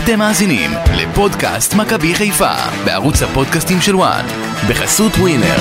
אתם מאזינים לפודקאסט מכבי חיפה בערוץ הפודקאסטים של וואן בחסות ווינר.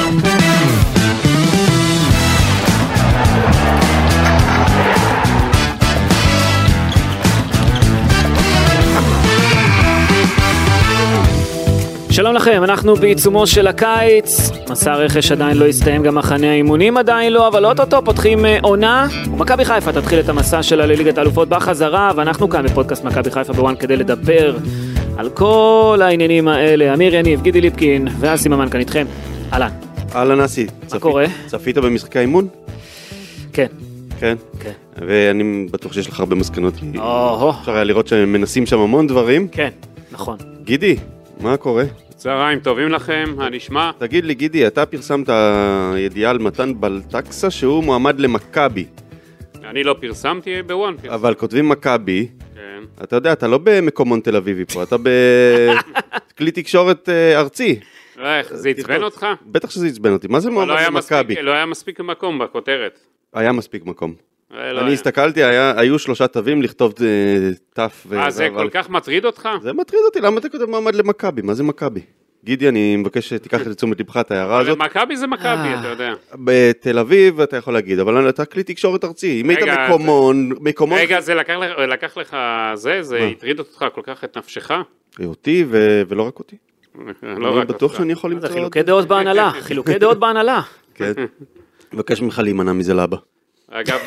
שלום לכם, אנחנו בעיצומו של הקיץ, מסע הרכש עדיין לא הסתיים, גם מחנה האימונים עדיין לא, אבל אוטוטו פותחים עונה, ומכבי חיפה תתחיל את המסע שלה לליגת האלופות בחזרה, ואנחנו כאן בפודקאסט מכבי חיפה בוואן כדי לדבר על כל העניינים האלה. אמיר יניב, גידי ליפקין ואסי ממן כאן איתכם. אהלן. אהלן אסי. מה קורה? צפית במשחקי האימון? כן. כן? כן. ואני בטוח שיש לך הרבה מסקנות. או-הו. אפשר היה לראות שהם מנסים שם המון דברים. כן, נכון. גידי, מה קורה? צהריים טובים לכם, הנשמע? תגיד לי גידי, אתה פרסמת ידיעה על מתן בלטקסה שהוא מועמד למכבי. אני לא פרסמתי בוואן. אבל כותבים מכבי. כן. אתה יודע, אתה לא במקומון תל אביבי פה, אתה בכלי תקשורת ארצי. איך, זה עצבן אותך? בטח שזה עצבן אותי. מה זה מועמד למכבי? לא היה מספיק מקום בכותרת. היה מספיק מקום. אני הסתכלתי, היו 3 תווים לכתוב תף. זה כל כך מטריד אותך? זה מטריד אותי, למה אתה כותב מועמד למכבי? מה זה מכבי? גידי, אני מבקש שתיקח לתשומת לבך את ההערה הזאת. מכבי זה מכבי, אתה יודע. בתל אביב אתה יכול להגיד, אבל אתה כלי תקשורת ארצי. אם היית מקומון... רגע, זה לקח לך זה הטריד אותך כל כך את נפשך? אותי ולא רק אותי. אני בטוח שאני יכול למצוא... חילוקי דעות בהנהלה, חילוקי דעות בהנהלה. כן. מבקש ממך להימנע מזה לאבא. אגב,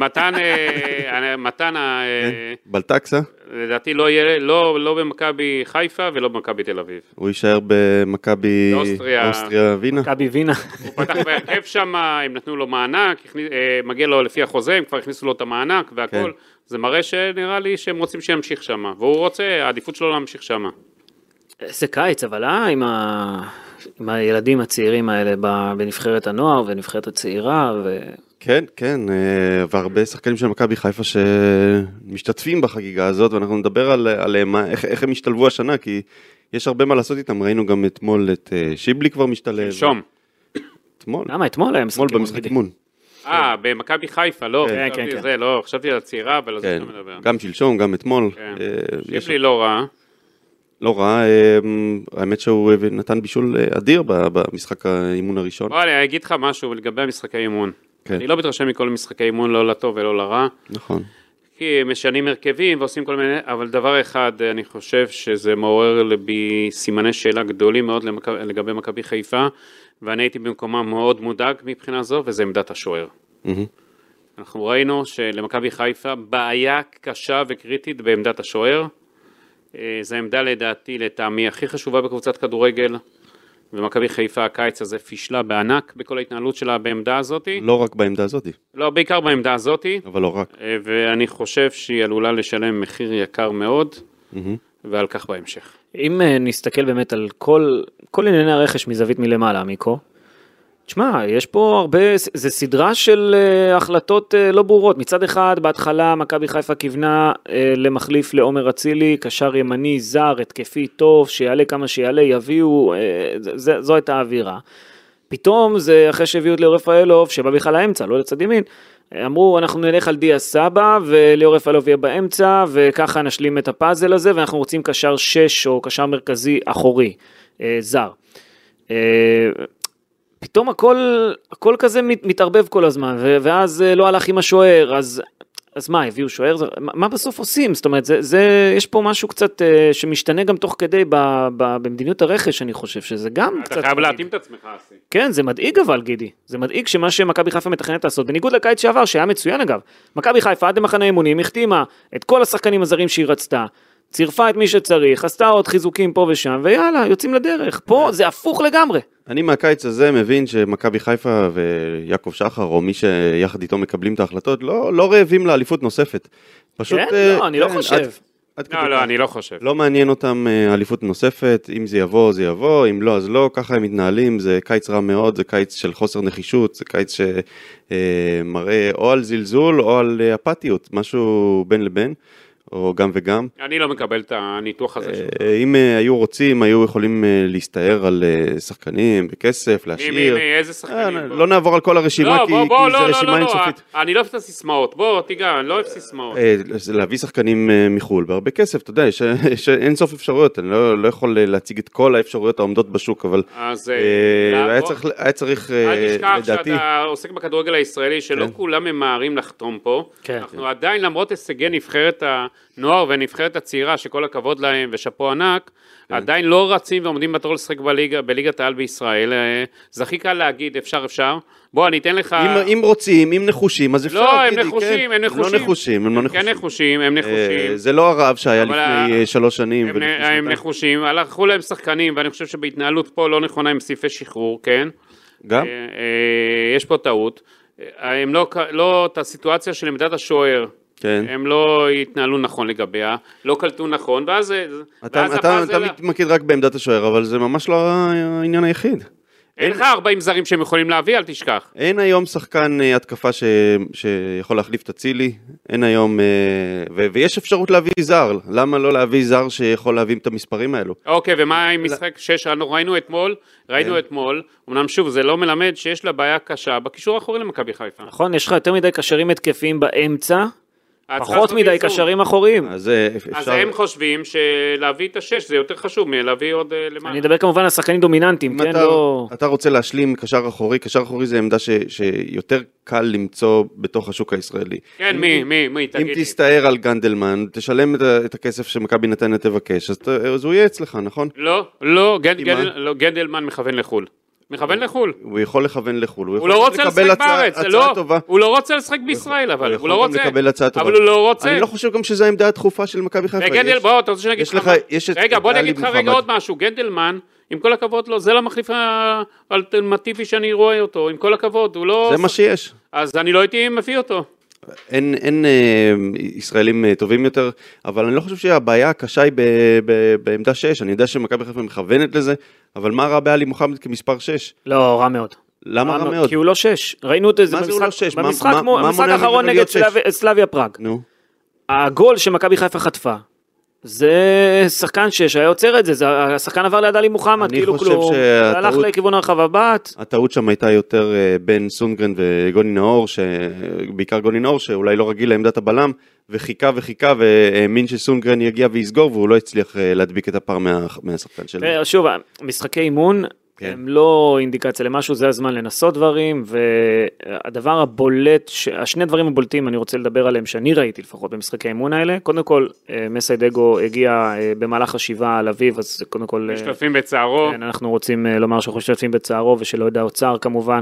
מתן בלטקסה? לדעתי לא יהיה, לא במכבי חיפה ולא במכבי תל אביב. הוא יישאר במכבי אוסטריה וינה? מכבי וינה. הוא פתח בהרכב שם, הם נתנו לו מענק, מגיע לו לפי החוזה, הם כבר הכניסו לו את המענק והכל. זה מראה שנראה לי שהם רוצים שימשיך שם, והוא רוצה, העדיפות שלו להמשיך שם. זה קיץ, אבל עם הילדים הצעירים האלה בנבחרת הנוער ונבחרת הצעירה כן, כן, והרבה שחקנים של מכבי חיפה שמשתתפים בחגיגה הזאת, ואנחנו נדבר עליהם, איך הם השתלבו השנה, כי יש הרבה מה לעשות איתם, ראינו גם אתמול את שיבלי כבר משתלב. שום. אתמול. למה? אתמול היה משחק אימון. במשחק אימון. במכבי חיפה, לא, חשבתי על הצעירה, אבל זה לא מדבר. גם שלשום, גם אתמול. שיבלי לא רע. לא רע, האמת שהוא נתן בישול אדיר במשחק האימון הראשון. אני אגיד לך משהו לגבי המשחק האימון. אני לא מתרשם מכל משחקי אימון, לא לטוב ולא לרע. נכון. כי משנים הרכבים ועושים כל מיני, אבל דבר אחד, אני חושב שזה מעורר לבי סימני שאלה גדולים מאוד לגבי מכבי חיפה, ואני הייתי במקומה מאוד מודאג מבחינה זו, וזה עמדת השוער. אנחנו ראינו שלמכבי חיפה בעיה קשה וקריטית בעמדת השוער. זו עמדה לדעתי לטעמי הכי חשובה בקבוצת כדורגל, ומכבי חיפה הקיץ הזה פישלה בענק בכל ההתנהלות שלה בעמדה הזאת. לא רק בעמדה הזאת. לא, בעיקר בעמדה הזאת. אבל לא רק. ואני חושב שהיא עלולה לשלם מחיר יקר מאוד, ועל כך בהמשך. אם נסתכל באמת על כל ענייני הרכש מזווית מלמעלה, מיקו, תשמע, יש פה הרבה, זה סדרה של החלטות לא ברורות. מצד אחד, בהתחלה, מכבי חיפה כיוונה למחליף לעומר אצילי, קשר ימני, זר, התקפי טוב, שיעלה כמה שיעלה, יביאו, זו הייתה האווירה. פתאום, זה אחרי שהביאו את ליאור רפאלוב, שבא בכלל האמצע, לא לצד ימין, אמרו, אנחנו נלך על דיה סבא, וליאור רפאלוב יהיה באמצע, וככה נשלים את הפאזל הזה, ואנחנו רוצים קשר 6 או קשר מרכזי אחורי, זר. פתאום הכל כזה מתערבב כל הזמן, ואז לא הלך עם השוער, אז מה, הביאו שוער? מה בסוף עושים? זאת אומרת, יש פה משהו קצת שמשתנה גם תוך כדי במדיניות הרכש, אני חושב שזה גם קצת... אתה חייב להתאים את עצמך, אסי. כן, זה מדאיג אבל, גידי. זה מדאיג שמה שמכבי חיפה מתכננת לעשות, בניגוד לקיץ שעבר, שהיה מצוין אגב. מכבי חיפה עד למחנה האימונים, החתימה את כל השחקנים הזרים שהיא רצתה, צירפה את מי שצריך, עשתה עוד חיזוקים פה ושם, ויאללה, יוצאים לדרך. פה זה הפוך לגמרי. אני מהקיץ הזה מבין שמכבי חיפה ויעקב שחר, או מי שיחד איתו מקבלים את ההחלטות, לא רעבים לאליפות נוספת. פשוט... כן? לא, אני לא חושב. לא, אני לא חושב. לא מעניין אותם אליפות נוספת, אם זה יבוא, זה יבוא, אם לא, אז לא, ככה הם מתנהלים, זה קיץ רע מאוד, זה קיץ של חוסר נחישות, זה קיץ שמראה או על זלזול או על אפתיות, משהו בין לבין. או גם וגם. אני לא מקבל את הניתוח הזה. אם היו רוצים, היו יכולים להסתער על שחקנים בכסף, להשאיר. איזה שחקנים? לא נעבור על כל הרשימה, כי זה רשימה אינסופית. אני לא אוהב את הסיסמאות, בוא תיגע, אני לא אוהב סיסמאות. להביא שחקנים מחול, בהרבה כסף, אתה יודע, יש אינסוף אפשרויות, אני לא יכול להציג את כל האפשרויות העומדות בשוק, אבל היה צריך, אל תשכח לדעתי... שאתה עוסק בכדורגל הישראלי, שלא כולם ממהרים לחתום פה, אנחנו עדיין, למרות הישגי נבחרת הנוער ונבחרת הצעירה, שכל הכבוד להם ושפו ענק, עדיין לא רצים ועומדים בתור לשחק בליגת העל בישראל. זה הכי קל להגיד, אפשר. בוא, אני אתן לך... אם רוצים, אם נחושים, אז אפשר להגיד. לא, הם נחושים. הם לא נחושים. כן נחושים, הם נחושים. זה לא הרעב שהיה לפני 3 שנים. הם נחושים, הלכו להם שחקנים, ואני חושב שבהתנהלות פה לא נכונה עם סעיפי שחרור, כן? גם? יש פה טעות. הם לא, את הסיטואציה של עמדת השוער, כן. הם לא התנהלו נכון לגביה, לא קלטו נכון, ואז אתה מתמקד רק בעמדת השוער, אבל זה ממש לא העניין היחיד. אין לך 40 זרים שהם יכולים להביא, אל תשכח. אין היום שחקן התקפה שיכול להחליף את הצילי, אין היום, ויש אפשרות להביא זר, למה לא להביא זר שיכול להביא את המספרים האלו? אוקיי, ומה עם משחק 6, ראינו אתמול, אמנם שוב, זה לא מלמד שיש לה בעיה קשה בקישור האחורי למכבי חיפה. נכון, יש לך יותר מדי קשרים התקפיים באמצע, פחות מדי קשרים אחוריים. אז הם חושבים שלהביא את 6 זה יותר חשוב מלהביא עוד למעלה. אני מדבר כמובן על שחקנים דומיננטיים, כן? אתה רוצה להשלים קשר אחורי, קשר אחורי זה עמדה שיותר קל למצוא בתוך השוק הישראלי. כן, מי, תגיד לי. אם תסתער על גנדלמן, תשלם את הכסף שמכבי נתניה תבקש, אז הוא יהיה אצלך, נכון? לא, גנדלמן מכוון לחול. מכוון לחול. הוא יכול לכוון לחול. הוא לא רוצה לשחק בארץ, הוא לא רוצה לשחק בישראל, אבל הוא לא רוצה. אבל הוא לא רוצה. אני לא חושב גם שזו העמדה הדחופה של מכבי חיפה. בוא, אתה רוצה שנגיד לך. רגע, בוא נגיד לך רגע עוד משהו. גנדלמן, עם כל הכבוד לו, זה לא מחליף האלטרנטיבי שאני רואה אותו. עם כל הכבוד, הוא לא... זה מה שיש. אז אני לא הייתי מביא אותו. אין ישראלים טובים יותר, אבל אני לא חושב שהבעיה הקשה היא בעמדה 6, אני יודע שמכבי חיפה מכוונת לזה, אבל מה רע בעלי מוחמד כמספר 6? לא, רע מאוד. למה רע מאוד? כי הוא לא 6, ראינו את זה במשחק האחרון נגד סלאביה פראג. נו. הגול שמכבי חיפה חטפה, זה שחקן 6, היה עוצר את זה, השחקן עבר ליד עלי מוחמד, כאילו כלום, הלך לכיוון הרחבה בת. הטעות שם הייתה יותר בין סונגרן וגוני נאור, בעיקר גוני נאור, שאולי לא רגיל לעמדת הבלם, וחיכה והאמין שסונגרן יגיע ויסגור, והוא לא הצליח להדביק את הפער מהשחקן שלו. שוב, משחקי אימון, הם לא אינדיקציה למשהו, זה הזמן לנסות דברים, והדבר הבולט, השני דברים הבולטים, אני רוצה לדבר עליהם, שאני ראיתי לפחות במשחקי האימון האלה, קודם כל, מסיידגו הגיע במהלך השבעה על אביב, אז קודם כל... משתתפים בצערו. כן, אנחנו רוצים לומר שאנחנו משתתפים בצערו, ושלא יודע אוצר כמובן,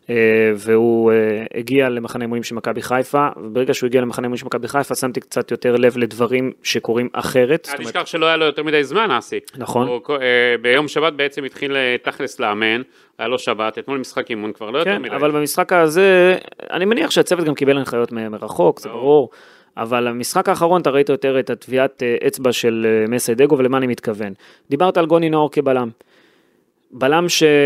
והוא הגיע למחנה אימונים של מכבי חיפה, וברגע שהוא הגיע למחנה אימונים של מכבי חיפה, שמתי קצת יותר לב לדברים שקורים אחרת. אני אשכח שלא היה לו יותר מדי זמן, אסי. נכון. ביום שבת בעצם התחיל תכלס לאמן, היה לו שבת, אתמול משחק אימון כבר לא יותר מדי. כן, אבל במשחק הזה, אני מניח שהצוות גם קיבל הנחיות מרחוק, זה ברור, אבל המשחק האחרון אתה ראית יותר את הטביעת אצבע של מסיידגו, ולמה אני מתכוון. דיברת על גוני נאור כבלם. בלם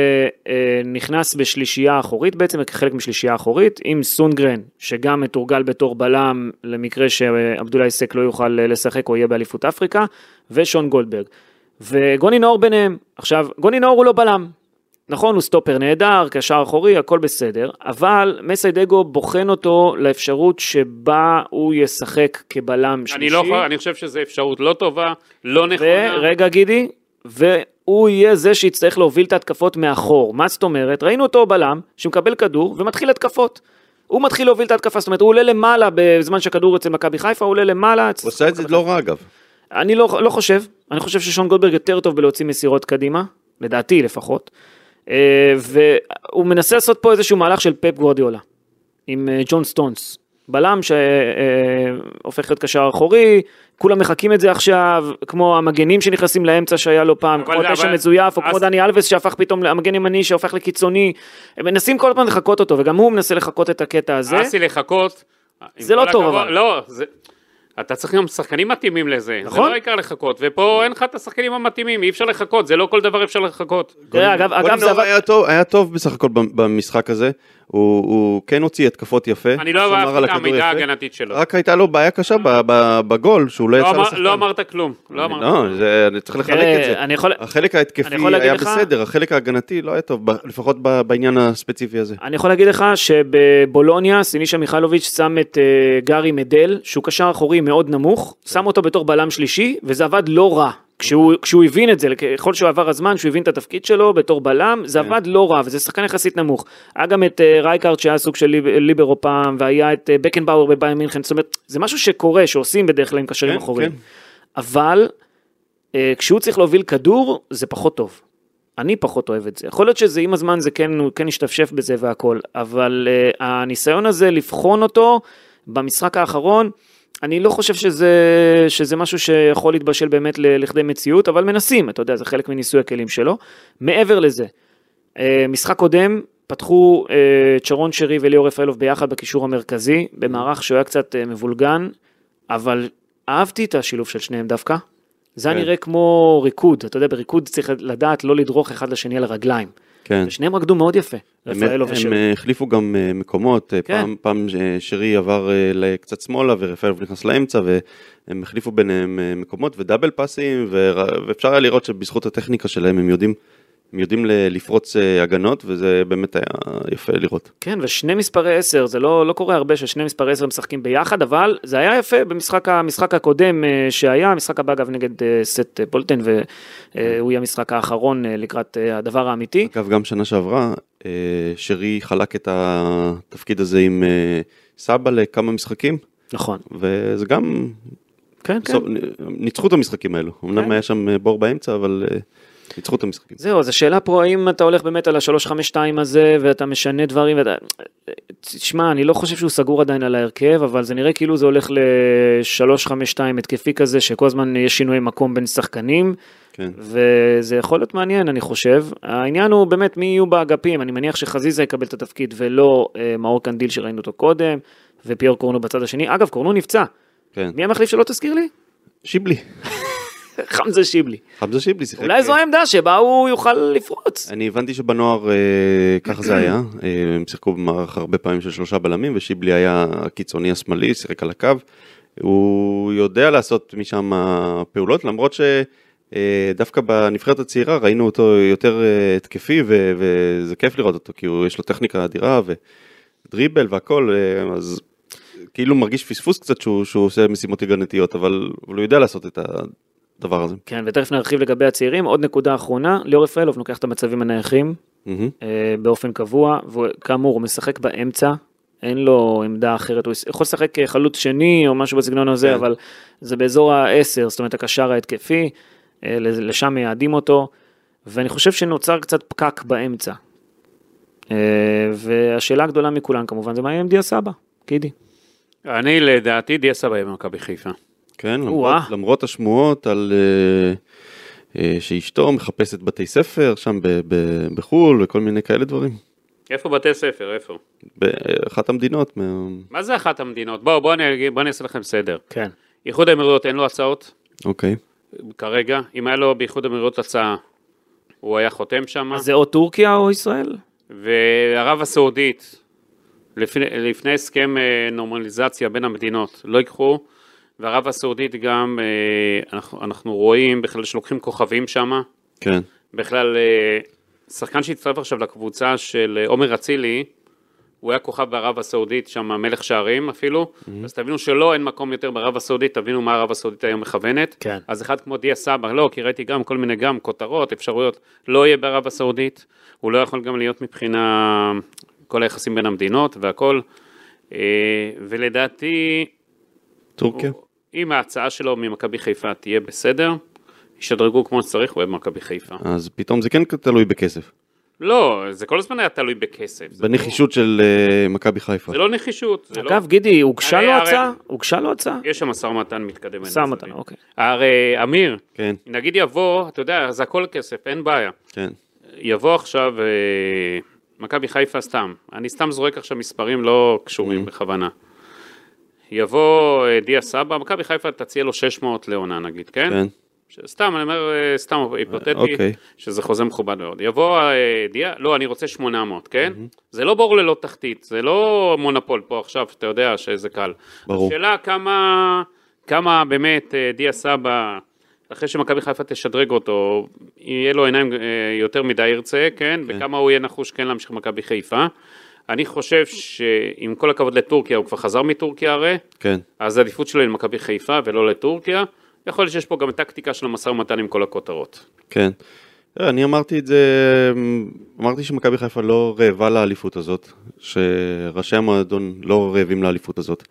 שנכנס בשלישייה האחורית, בעצם כחלק משלישייה האחורית, עם סונגרן, שגם מתורגל בתור בלם, למקרה שעבדולאי סק לא יוכל לשחק או יהיה באליפות אפריקה, ושון גולדברג. וגוני נאור ביניהם. עכשיו, גוני נאור הוא לא בלם. נכון, הוא סטופר נהדר, קשר אחורי, הכל בסדר, אבל מסיידגו בוחן אותו לאפשרות שבה הוא ישחק כבלם שלישי. אני חושב שזו אפשרות לא טובה, לא נכונה. ורגע גידי, הוא יהיה זה שיצטרך להוביל את ההתקפות מאחור. מה זאת אומרת? ראינו אותו בלם שמקבל כדור ומתחיל התקפות. הוא מתחיל להוביל את ההתקפה, זאת אומרת, הוא עולה למעלה בזמן שהכדור אצל מכבי חיפה, הוא עולה למעלה. הוא עושה את זה לא רע אגב. אני לא חושב. אני חושב ששון גולדברג יותר טוב בלהוציא מסירות קדימה, לדעתי לפחות. והוא מנסה לעשות פה איזשהו מהלך של פפ גוארדיולה, עם ג'ון סטונס. בלם שהופך להיות קשר אחורי, כולם מחכים את זה עכשיו, כמו המגנים שנכנסים לאמצע שהיה לו פעם, כמו תשע מזויף, או כמו דני אלווס שהפך פתאום למגן ימני שהופך לקיצוני, הם מנסים כל פעם לחכות אותו, וגם הוא מנסה לחכות את הקטע הזה. אסי לחכות. זה לא טוב אבל. לא, אתה צריך גם שחקנים מתאימים לזה, נכון. זה לא העיקר לחכות, ופה אין לך את השחקנים המתאימים, אי אפשר לחכות, זה לא כל דבר אפשר לחכות. אגב, זה היה טוב בסך הכל במשחק הזה, הוא כן הוציא התקפות יפה. אני לא אהבתי את העמידה ההגנתית שלו. רק הייתה לו בעיה קשה בגול, שהוא לא יצא לשחקן. לא אמרת כלום. לא, אני צריך לחלק את זה. החלק ההתקפי היה בסדר, החלק ההגנתי לא היה טוב, לפחות בעניין הספציפי הזה. אני יכול להגיד לך שבבולוניה, סינישה מיכלוביץ' שם את גארי מדל, שהוא קשר אחורי מאוד נמוך, שם אותו בתור בלם שלישי, וזה עבד לא רע. כשהוא הבין את זה, ככל שהוא עבר הזמן, שהוא הבין את התפקיד שלו בתור בלם, זה עבד לא רע, וזה שחקן יחסית נמוך. היה גם את רייקארד שהיה סוג של ליברו פעם, והיה את בקנבאואר בביירן מינכן, זאת אומרת, זה משהו שקורה, שעושים בדרך כלל עם קשרים אחוריים. אבל כשהוא צריך להוביל כדור, זה פחות טוב. אני פחות אוהב את זה. יכול להיות שזה עם הזמן, הוא כן ישתפשף בזה והכל, אבל הניסיון הזה לבחון אותו במשחק האחרון, אני לא חושב שזה משהו שיכול להתבשל באמת לכדי מציאות, אבל מנסים, אתה יודע, זה חלק מניסוי הכלים שלו. מעבר לזה, משחק קודם, פתחו צ'רון שרי וליאור רפאלוב ביחד בקישור המרכזי, במערך שהוא היה קצת מבולגן, אבל אהבתי את השילוב של שניהם דווקא. זה נראה כמו ריקוד, אתה יודע, בריקוד צריך לדעת לא לדרוך אחד לשני על הרגליים. כן. ושניהם רקדו מאוד יפה, רפאלוב ושרי. הם החליפו גם מקומות, פעם שרי עבר קצת שמאלה ורפאלוב נכנס לאמצע, והם החליפו ביניהם מקומות ודאבל פאסים, ואפשר היה לראות שבזכות הטכניקה שלהם הם יודעים לפרוץ הגנות, וזה באמת היה יפה לראות. כן, ושני מספרי 10, זה לא קורה הרבה ששני מספרי 10 משחקים ביחד, אבל זה היה יפה במשחק הקודם שהיה, המשחק הבא אגב נגד סט פולטן, והוא יהיה המשחק האחרון לקראת הדבר האמיתי. אגב, גם שנה שעברה, שרי חלק את התפקיד הזה עם סבא לכמה משחקים. נכון. וזה גם... כן. ניצחו את המשחקים האלו. אמנם היה שם בור באמצע, אבל... ניצחו את המשחקים. זהו, אז השאלה פה, האם אתה הולך באמת על ה-3-5-2 הזה, ואתה משנה דברים, תשמע, אני לא חושב שהוא סגור עדיין על ההרכב, אבל זה נראה כאילו זה הולך ל-3-5-2 התקפי כזה, שכל הזמן יש שינוי מקום בין שחקנים, כן. וזה יכול להיות מעניין, אני חושב. העניין הוא באמת מי יהיו באגפים, אני מניח שחזיזה יקבל את התפקיד, ולא מאור קנדיל שראינו אותו קודם, ופייר קורנו בצד השני. אגב, קורנו נפצע. כן. מי המחליף שלא תזכיר לי? שיבלי. חמזה שיבלי. חמזה שיבלי שיחק. אולי זו העמדה שבה הוא יוכל לפרוץ. אני הבנתי שבנוער כך זה היה, הם שיחקו במערך הרבה פעמים של 3 בלמים, ושיבלי היה הקיצוני השמאלי, שיחק על הקו, הוא יודע לעשות משם פעולות, למרות שדווקא בנבחרת הצעירה ראינו אותו יותר התקפי, וזה כיף לראות אותו, כי יש לו טכניקה אדירה, ודריבל והכל, אז כאילו מרגיש פספוס קצת שהוא עושה משימות הגנתיות, אבל הוא יודע לעשות את הדבר הזה. כן, ותכף נרחיב לגבי הצעירים. עוד נקודה אחרונה, ליאור רפאלוב לוקח את המצבים הנייחים באופן קבוע, וכאמור הוא משחק באמצע, אין לו עמדה אחרת, הוא יכול לשחק חלוץ שני או משהו בסגנון הזה, אבל זה באזור ה-10, זאת אומרת הקשר ההתקפי, לשם מייעדים אותו, ואני חושב שנוצר קצת פקק באמצע. והשאלה הגדולה מכולן כמובן, זה מה יהיה עם דיה סבא, קידי. אני לדעתי דיה סבא יהיה במכבי חיפה. כן, למרות השמועות על שאשתו מחפשת בתי ספר שם בחול וכל מיני כאלה דברים. איפה בתי ספר? איפה? באחת המדינות. מה זה אחת המדינות? בואו אני אעשה לכם סדר. כן. איחוד האמירויות אין לו הצעות? אוקיי. כרגע, אם היה לו באיחוד האמירויות הצעה, הוא היה חותם שם. אז זה או טורקיה או ישראל? וערב הסעודית, לפני הסכם נורמליזציה בין המדינות, לא ייקחו, וערב הסעודית גם, אנחנו רואים בכלל שלוקחים כוכבים שם. כן. בכלל, שחקן שהצטרף עכשיו לקבוצה של עומר אצילי, הוא היה כוכב בערב הסעודית, שם מלך שערים אפילו, אז תבינו שלא, אין מקום יותר בערב הסעודית, תבינו מה ערב הסעודית היום מכוונת. כן. אז אחד כמו דיה סבא, לא, כי ראיתי גם כל מיני גם כותרות, אפשרויות, לא יהיה בערב הסעודית, הוא לא יכול גם להיות מבחינה כל היחסים בין המדינות והכל, ולדעתי, טורקיה. אם ההצעה שלו ממכבי חיפה תהיה בסדר, ישדרגו כמו שצריך, הוא יהיה במכבי חיפה. אז פתאום זה כן תלוי בכסף. לא, זה כל הזמן היה תלוי בכסף. בנחישות של מכבי חיפה. זה לא נחישות. אגב, גידי, הוגשה לו הצעה? הוגשה לו הצעה? יש שם משא ומתן מתקדם. משא ומתן, אוקיי. הרי, אמיר, כן. נגיד יבוא, אתה יודע, זה הכל כסף, אין בעיה. כן. יבוא עכשיו מכבי חיפה סתם. אני סתם זורק עכשיו מספרים לא קשורים בכוונה. יבוא דיה סבא, מכבי חיפה תציע לו 600 לעונה נגיד, כן? כן. סתם, אני אומר, סתם היפותטי, אוקיי. שזה חוזה מכובד מאוד. יבוא דיה, לא, אני רוצה 800, כן? זה לא בור ללא תחתית, זה לא מונופול פה עכשיו, אתה יודע שזה קל. ברור. השאלה כמה באמת דיה סבא, אחרי שמכבי חיפה תשדרג אותו, יהיה לו עיניים יותר מדי ירצה, כן? וכמה הוא יהיה נחוש כן להמשיך מכבי חיפה. אני חושב שעם כל הכבוד לטורקיה, הוא כבר חזר מטורקיה הרי, כן. אז העדיפות שלו למכבי חיפה ולא לטורקיה. יכול להיות שיש פה גם טקטיקה של המשא ומתן עם כל הכותרות. כן. אני אמרתי את זה, אמרתי שמכבי חיפה לא רעבה לאליפות הזאת, שראשי המועדון לא רעבים לאליפות הזאת,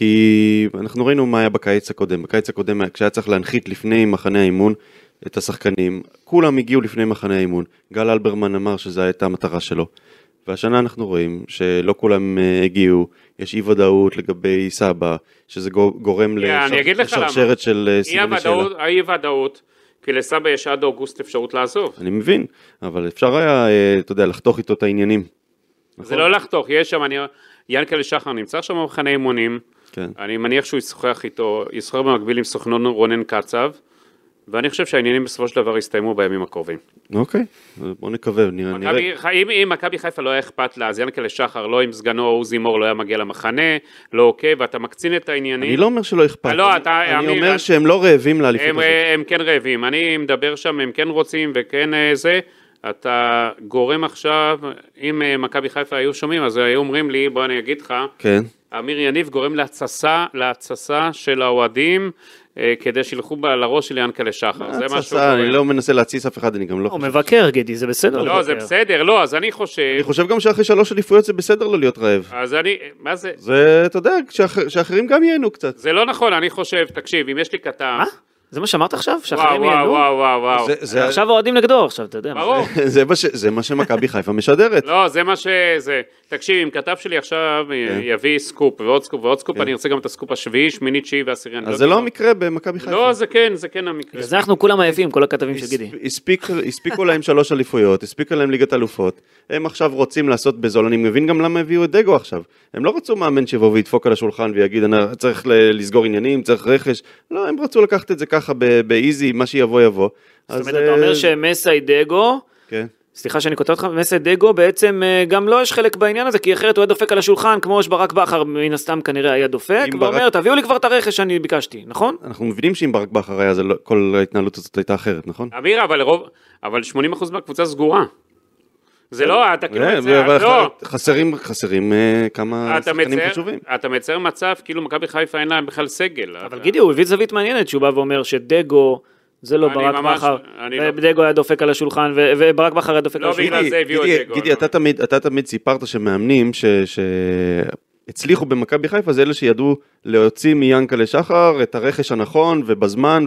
כי אנחנו ראינו מה היה בקיץ הקודם. בקיץ הקודם, כשהיה צריך להנחית לפני מחנה האימון את השחקנים, כולם הגיעו לפני מחנה האימון. גל אלברמן אמר שזו הייתה המטרה שלו. והשנה אנחנו רואים שלא כולם הגיעו, יש אי ודאות לגבי סבא, שזה גורם לשרשרת של סימני שאלה. אי ודאות, כי לסבא יש עד אוגוסט אפשרות לעזוב. אני מבין, אבל אפשר היה, אתה יודע, לחתוך איתו את העניינים. זה לא לחתוך, יש שם, ינקלה שחר נמצא שם במחנה אימונים, אני מניח שהוא ישוחח איתו, ישוחח במקביל עם סוכנון רונן קצב, ואני חושב שהעניינים בסופו של דבר יסתיימו בימים הקרובים. אוקיי, בוא נקווה, נראה. אם מכבי חיפה לא היה אכפת לה, אז ינקלה שחר, לא עם סגנו עוזי מור, לא היה מגיע למחנה, לא אוקיי, ואתה מקצין את העניינים. אני לא אומר שלא אכפת, אני אומר שהם לא רעבים לאליפות הזאת. הם כן רעבים, אני מדבר שם, הם כן רוצים וכן זה, אתה גורם עכשיו, אם מכבי חיפה היו שומעים, אז היו אומרים לי, בוא אני אגיד לך, כן. אמיר יניב גורם להתססה של האוהדים, כדי שילכו לראש של ינקלה שחר. זה משהו... אני לא מנסה להציס אף אחד, אני גם לא חושב. הוא מבקר, גידי, זה בסדר. לא, זה בסדר, לא, אז אני חושב... אני חושב גם שאחרי 3 אליפויות זה בסדר לא להיות רעב. אז אני, מה זה? זה, אתה יודע, שאחרים גם ייהנו קצת. זה לא נכון, אני חושב, תקשיב, אם יש לי כתב... זה מה שאמרת עכשיו? וואו, וואו. עכשיו אוהדים נגדו, עכשיו, אתה יודע. ברור. זה מה שמכבי חיפה משדרת. לא, זה מה שזה. תקשיב, אם כתב שלי עכשיו יביא סקופ ועוד סקופ ועוד סקופ, אני רוצה גם את הסקופ השביעי, שמינית, תשיעי ועשירי. אז זה לא המקרה במכבי חיפה. לא, זה כן המקרה. אז אנחנו כולם עייפים, כל הכתבים של גידי. הספיקו להם 3 אליפויות, הספיקו להם ליגת אלופות. הם עכשיו רוצים לעשות בזול, אני מבין גם למה הביאו את דגו עכשיו. הם לא רצו מאמן שיבוא וידפוק על השולחן ויגיד, צריך לסגור עניינים, צריך רכש. לא, הם רצו לקחת את זה ככה באיזי, מה שיבוא יבוא. זאת אומרת, אתה אומר שמסי דגו, סליחה שאני כותב אותך, מסי דגו בעצם גם לא יש חלק בעניין הזה, כי אחרת הוא היה דופק על השולחן, כמו שברק בכר מן הסתם כנראה היה דופק, ואומר, תביאו לי כבר את הרכש שאני ביקשתי, נכון? אנחנו מבינים שאם ברק בכר היה, כל ההתנהלות הזאת הייתה אחרת, נכון? אמיר, אבל 80% מהקבוצה סגורה. זה לא, אתה כאילו מצייר, חסרים כמה שחקנים חשובים. אתה מצייר מצב, כאילו מכבי חיפה אין להם בכלל סגל. אבל גידי, הוא הביא זווית מעניינת, שהוא בא ואומר שדגו, זה לא ברק בכר, ודגו היה דופק על השולחן, וברק בכר היה דופק על השולחן. לא בגלל זה הביאו את דגו. גידי, אתה תמיד סיפרת שמאמנים שהצליחו במכבי חיפה, זה אלה שידעו להוציא מיאנקלה שחר את הרכש הנכון, ובזמן,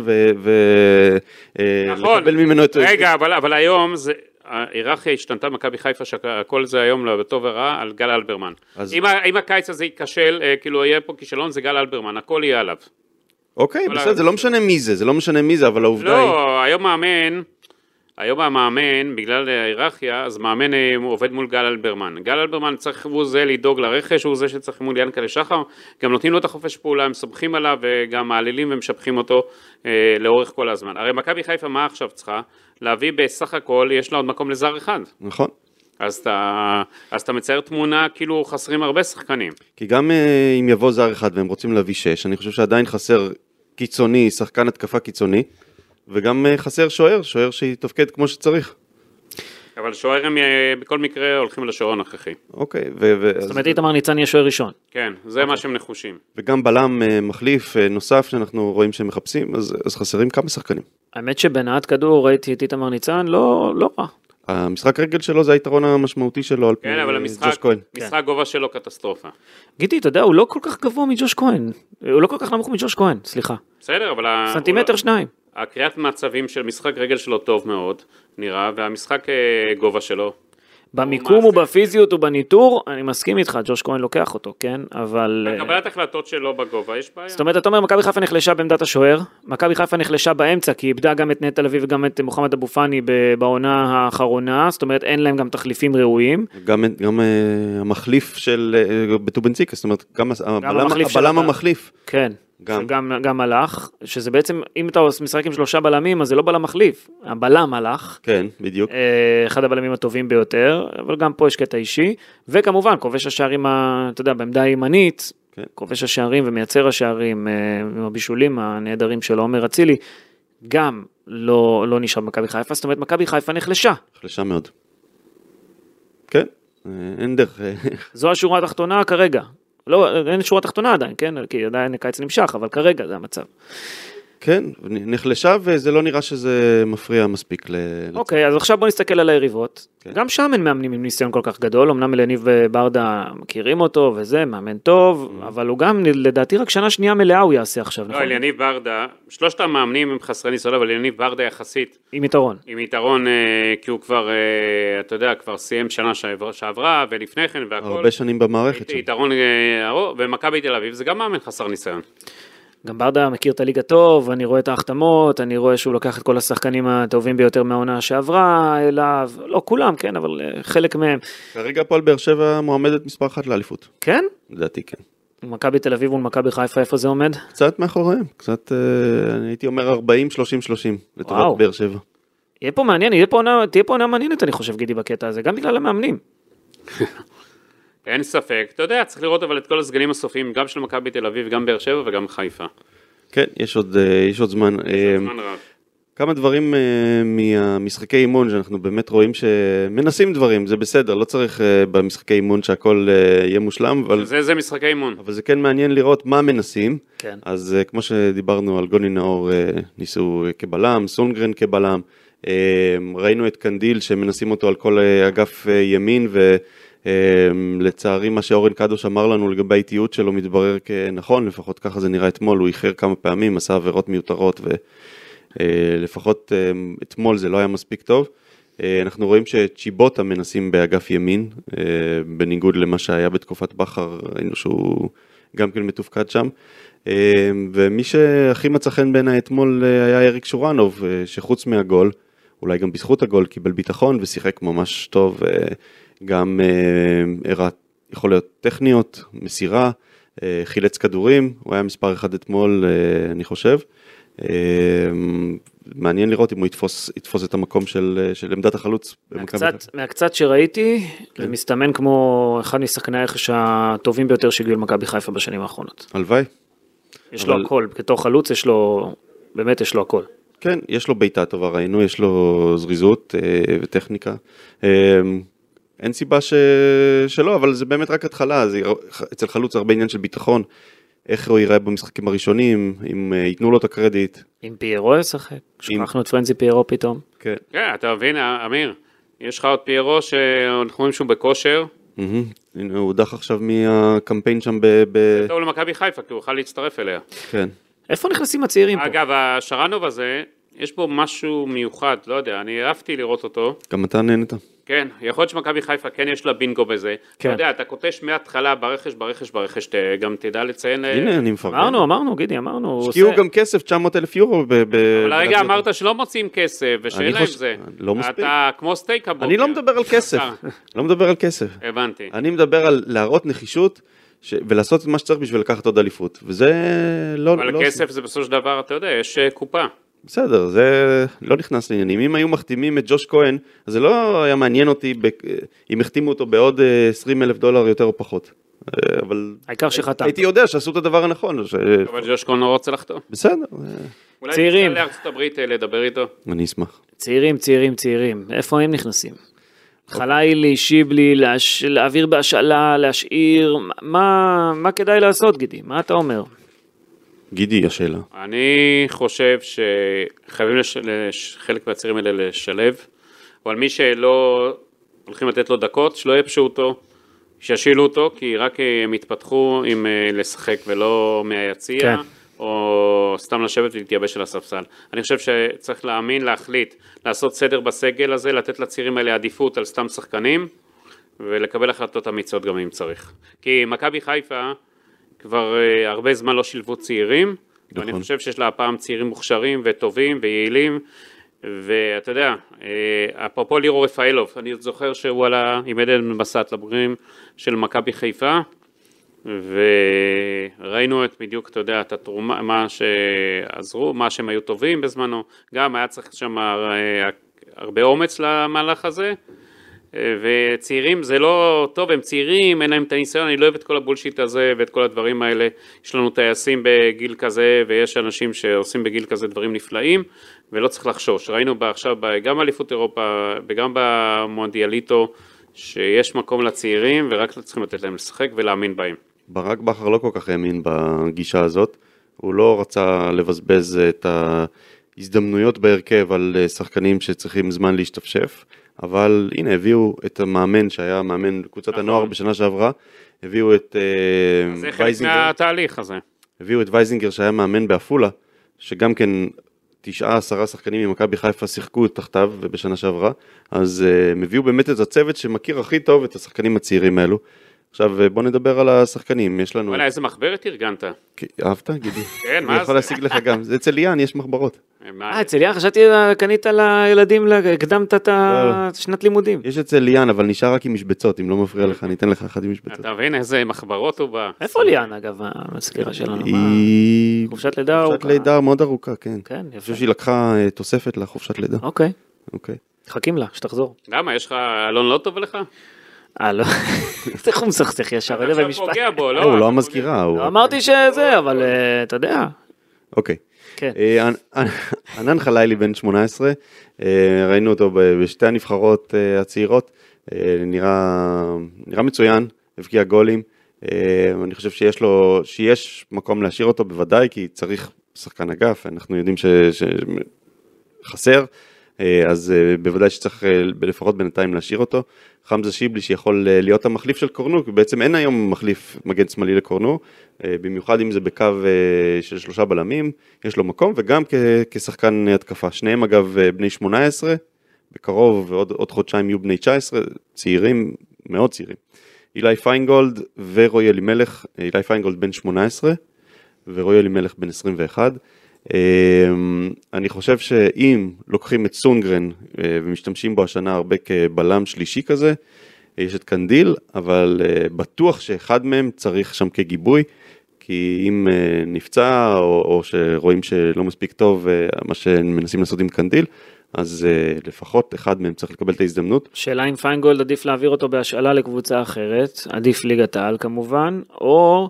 ולקבל ממנו את... רגע, אבל היום זה... ההיררכיה השתנתה במכבי חיפה, שהכל זה היום לטוב ורע על גל אלברמן. אם הקיץ הזה ייכשל, כאילו יהיה פה כישלון, זה גל אלברמן, הכל יהיה עליו. אוקיי, בסדר, זה לא משנה מי זה, אבל העובדה היא... לא, היום המאמן, בגלל ההיררכיה, אז מאמן עובד מול גל אלברמן. גל אלברמן צריך, הוא זה לדאוג לרכש, הוא זה שצריך מול ינקלה שחר, גם נותנים לו את החופש פעולה, הם סומכים עליו, וגם מעלילים ומשבחים אותו לאורך כל הזמן. הרי מכבי חיפה, מה עכשיו צריכה? להביא בסך הכל, יש לה עוד מקום לזר אחד. נכון. אז אתה מצייר תמונה, כאילו חסרים הרבה שחקנים. כי גם אם יבוא זר אחד והם רוצים להביא 6, אני חושב שעדיין חסר קיצוני, שחקן התקפה קיצוני, וגם חסר שוער שיתפקד כמו שצריך. אבל שוער הם בכל מקרה הולכים לשוער הנוכחי. אוקיי. זאת אומרת, איתמר ניצן יהיה שוער ראשון. כן, זה מה שהם נחושים. וגם בלם מחליף נוסף שאנחנו רואים שהם מחפשים, אז חסרים כמה שחקנים. האמת שבנעת כדור ראיתי את איתמר ניצן, לא רע. המשחק רגל שלו זה היתרון המשמעותי שלו על פי ג'וש כהן. משחק גובה שלו קטסטרופה. גידי, אתה יודע, הוא לא כל כך גבוה מג'וש כהן. הוא לא כל כך נמוך מג'וש כהן, סליחה. בסדר, אבל... סנטימטר 2. הקריאת מצבים של משחק רגל שלו טוב מאוד, נראה, והמשחק גובה שלו. במיקום ובפיזיות ובניטור, אני מסכים איתך, ג'וש כהן לוקח אותו, כן? אבל... קבלת החלטות שלו בגובה, יש בעיה. זאת אומרת, אתה אומר, מכבי חיפה נחלשה בעמדת השוער, מכבי חיפה נחלשה באמצע, כי איבדה גם את נטע לביא וגם את מוחמד אבו פאני בעונה האחרונה, זאת אומרת, אין להם גם תחליפים ראויים. גם המחליף של בטובנציקה, זאת אומרת, גם הבלם המחליף. כן. גם הלך, שזה בעצם, אם אתה משחק עם 3 בלמים, אז זה לא בלם מחליף, הבלם הלך. כן, בדיוק. אחד הבלמים הטובים ביותר, אבל גם פה יש קטע אישי, וכמובן, כובש השערים, אתה יודע, בעמדה הימנית, כובש השערים ומייצר השערים, עם הבישולים הנהדרים של עומר אצילי, גם לא נשאר במכבי חיפה, זאת אומרת, מכבי חיפה נחלשה. נחלשה מאוד. כן, אין דרך. זו השורה התחתונה כרגע. לא, אין שורה תחתונה עדיין, כן? כי עדיין הקיץ נמשך, אבל כרגע זה המצב. כן, נחלשה וזה לא נראה שזה מפריע מספיק. אוקיי, אז עכשיו בוא נסתכל על היריבות. גם שם אין מאמנים עם ניסיון כל כך גדול, אמנם אלניב וברדה מכירים אותו וזה, מאמן טוב, אבל הוא גם, לדעתי, רק שנה שנייה מלאה הוא יעשה עכשיו, נכון? לא, אלניב ברדה, 3 המאמנים הם חסרי ניסיון, אבל אלניב ברדה יחסית. עם יתרון. עם יתרון, כי הוא כבר, אתה יודע, כבר סיים שנה שעברה, ולפני כן והכל. הרבה שנים במערכת. יתרון, ומכבי תל אביב, זה גם מאמן חסר ניסיון. גם ברדה מכיר את הליגה טוב, אני רואה את ההחתמות, אני רואה שהוא לוקח את כל השחקנים הטובים ביותר מהעונה שעברה אליו, לא כולם, כן, אבל חלק מהם. כרגע הפועל באר שבע מועמדת מספר 1 לאליפות. כן? לדעתי כן. מכבי תל אביב ומכבי חיפה, איפה זה עומד? קצת מאחוריהם, קצת, אני הייתי אומר 40-30-30 לטובת באר שבע. יהיה פה מעניין, תהיה פה עונה מעניינת, אני חושב, גידי, בקטע הזה, גם בגלל המאמנים. אין ספק, אתה יודע, צריך לראות אבל את כל הסגלים הסופיים, גם של מכבי תל אביב, גם באר שבע וגם חיפה. כן, יש עוד זמן. כמה דברים מהמשחקי אימון שאנחנו באמת רואים שמנסים דברים, זה בסדר, לא צריך במשחקי אימון שהכל יהיה מושלם, אבל... זה משחקי אימון. אבל זה כן מעניין לראות מה מנסים. כן. אז כמו שדיברנו על גוני נאור, ניסו כבלם, סונגרן כבלם, ראינו את קנדיל שמנסים אותו על כל אגף ימין, לצערי מה שאורן קדוש אמר לנו לגבי האיטיות שלו מתברר כנכון, לפחות ככה זה נראה אתמול, הוא איחר כמה פעמים, עשה עבירות מיותרות ולפחות אתמול זה לא היה מספיק טוב. אנחנו רואים שצ'יבוטה מנסים באגף ימין, בניגוד למה שהיה בתקופת בחר, ראינו שהוא גם כן מתופקד שם, ומי שהכי מצא חן בעיניי אתמול היה אריק שורנוב, שחוץ מהגול, אולי גם בזכות הגול קיבל ביטחון ושיחק ממש טוב, גם יכול להיות טכניות, מסירה, חילץ כדורים, הוא היה מספר 1 אתמול, אני חושב. מעניין לראות אם הוא יתפוס את המקום של עמדת החלוץ. מהקצת שראיתי, זה מסתמן כמו אחד משחקני הרכש הטובים ביותר שהגיעו למכבי חיפה בשנים האחרונות. הלוואי. יש לו הכל, בתור חלוץ באמת יש לו הכל. כן, יש לו ביתה טובה, ראינו, יש לו זריזות וטכניקה. אין סיבה שלא, אבל זה באמת רק התחלה, אצל חלוץ הרבה עניין של ביטחון, איך הוא ייראה במשחקים הראשונים, אם ייתנו לו את הקרדיט. אם פיירו ישחק, שכחנו את פרנזי פיירו פתאום. כן, אתה מבין, אמיר, יש לך עוד פיירו שאנחנו רואים שהוא בכושר. הנה, הוא הודח עכשיו מהקמפיין שם טוב למכבי חיפה, כי הוא יכול להצטרף אליה. כן. איפה נכנסים הצעירים פה? אגב, השרנוב הזה, יש בו משהו מיוחד, לא יודע, אני אהבתי לראות אותו. גם אתה נהנית. כן, יכול להיות שמכבי חיפה כן יש לה בינגו בזה. אתה יודע, אתה קוטש מההתחלה ברכש, גם תדע לציין... הנה, אני מפרגן. אמרנו, גידי, אמרנו. השקיעו גם כסף, 900,000 יורו. אבל הרגע אמרת שלא מוצאים כסף, ושאין להם זה. לא מספיק. אתה כמו סטייק הבוקר. אני לא מדבר על כסף. לא מדבר על כסף. הבנתי. אני מדבר על להראות נחישות, ולעשות את מה שצריך בשביל לקחת עוד אליפות. וזה לא... אבל כסף זה בסופו של דבר, אתה יודע, יש קופה. בסדר, זה לא נכנס לעניינים. אם היו מחתימים את ג'וש כהן, אז זה לא היה מעניין אותי אם החתימו אותו בעוד $20,000 יותר או פחות. אבל... העיקר שחתם. הייתי יודע שעשו את הדבר הנכון. אבל ג'וש כהן לא רוצה לחתום. בסדר. אולי צעירים. נצא לארצות הברית לדבר איתו. אני אשמח. צעירים. איפה הם נכנסים? חלילי, שיבלי, להעביר בהשאלה, להשאיר, מה כדאי לעשות, גידי? מה אתה אומר? גידי, השאלה. אני חושב שחייבים חלק מהצעירים האלה לשלב, אבל מי שלא הולכים לתת לו דקות, שלא יפשו אותו, שישילו אותו, כי רק הם יתפתחו עם לשחק ולא מהיציע, כן. או סתם לשבת ולהתייבש על הספסל. אני חושב שצריך להאמין, להחליט, לעשות סדר בסגל הזה, לתת לצעירים האלה עדיפות על סתם שחקנים, ולקבל החלטות אמיצות גם אם צריך. כי מכבי חיפה כבר הרבה זמן לא שילבו צעירים, ואני חושב שיש לה הפעם צעירים מוכשרים וטובים ויעילים, ואתה יודע, אפרופו לירו רפאלוב, אני זוכר שהוא עלה עם עדן מסעת לבוגרים של מכבי חיפה, וראינו את בדיוק, אתה יודע, את התרומה, מה שעזרו, מה שהם היו טובים בזמנו, גם היה צריך שם הרבה אומץ למהלך הזה, וצעירים זה לא טוב, הם צעירים, אין להם את הניסיון, אני לא אוהב את כל הבולשיט הזה ואת כל הדברים האלה, יש לנו טייסים בגיל כזה, ויש אנשים שעושים בגיל כזה דברים נפלאים, ולא צריך לחשוש, ראינו עכשיו גם באליפות אירופה, וגם במונדיאליטו, שיש מקום לצעירים, ורק צריכים לתת להם לשחק ולהאמין בהם. ברק בכר לא כל כך האמין בגישה הזאת, הוא לא רצה לבזבז את ההזדמנויות בהרכב על שחקנים שצריכים זמן להשתפשף, אבל הנה הביאו את המאמן שהיה מאמן בקבוצת הנוער בשנה שעברה, הביאו את זה חלק מהתהליך הזה. הביאו את וייזינגר שהיה מאמן באפולה, שגם כן 9-10 שחקנים ממכבי חיפה שיחקו תחתיו בשנה שעברה, אז הם הביאו באמת את הצוות שמכיר הכי טוב את השחקנים הצעירים האלו. עכשיו בוא נדבר על השחקנים, יש לנו... וואלה, איזה מחברת ארגנת? אהבת, גידי? כן, מה זה? אני יכול להשיג לך גם, זה אצל ליאן, יש מחברות. אצל ליאן, חשבתי קנית לילדים, הקדמת את שנת לימודים. יש אצל ליאן, אבל נשאר רק עם משבצות, אם לא מפריע לך, אני אתן לך אחד עם משבצות. אתה מבין איזה מחברות הוא בא. איפה ליאן, אגב, המזכירה שלנו? היא... חופשת לידה ארוכה. חופשת לידה מאוד ארוכה, כן. כן, יפה. אני חושב שהיא לקחה תוספת לחופשת לידה. אוקיי. אוקיי. חכים לה, שתחזור. למה, יש לך אלון לא טוב לך? לא. איך הוא מסכסך ישר, אלה במשפט. אתה פוגע בו, לא? הוא לא המזכירה. אמרתי שזה, אבל אתה יודע. אוקיי. כן. ענן חלילי בן 18, ראינו אותו בשתי הנבחרות הצעירות, נראה מצוין, הבקיע גולים, אני חושב שיש מקום להשאיר אותו בוודאי, כי צריך שחקן אגף, אנחנו יודעים שחסר, אז בוודאי שצריך לפחות בינתיים להשאיר אותו. חמזה שיבלי שיכול להיות המחליף של קורנו, כי בעצם אין היום מחליף מגן שמאלי לקורנו, במיוחד אם זה בקו של 3 בלמים, יש לו מקום, וגם כשחקן התקפה. שניהם אגב בני 18, בקרוב ועוד חודשיים יהיו בני 19, צעירים, מאוד צעירים. אילי פיינגולד ורועי אלימלך, אילי פיינגולד בן 18, ורועי אלימלך בן 21, אני חושב שאם לוקחים את סונגרן ומשתמשים בו השנה הרבה כבלם שלישי כזה, יש את קנדיל, אבל בטוח שאחד מהם צריך שם כגיבוי, כי אם נפצע או שרואים שלא מספיק טוב מה שמנסים לעשות עם קנדיל, אז לפחות אחד מהם צריך לקבל את ההזדמנות. שאלה אם פיינגולד עדיף להעביר אותו בהשאלה לקבוצה אחרת, עדיף ליגת העל כמובן, או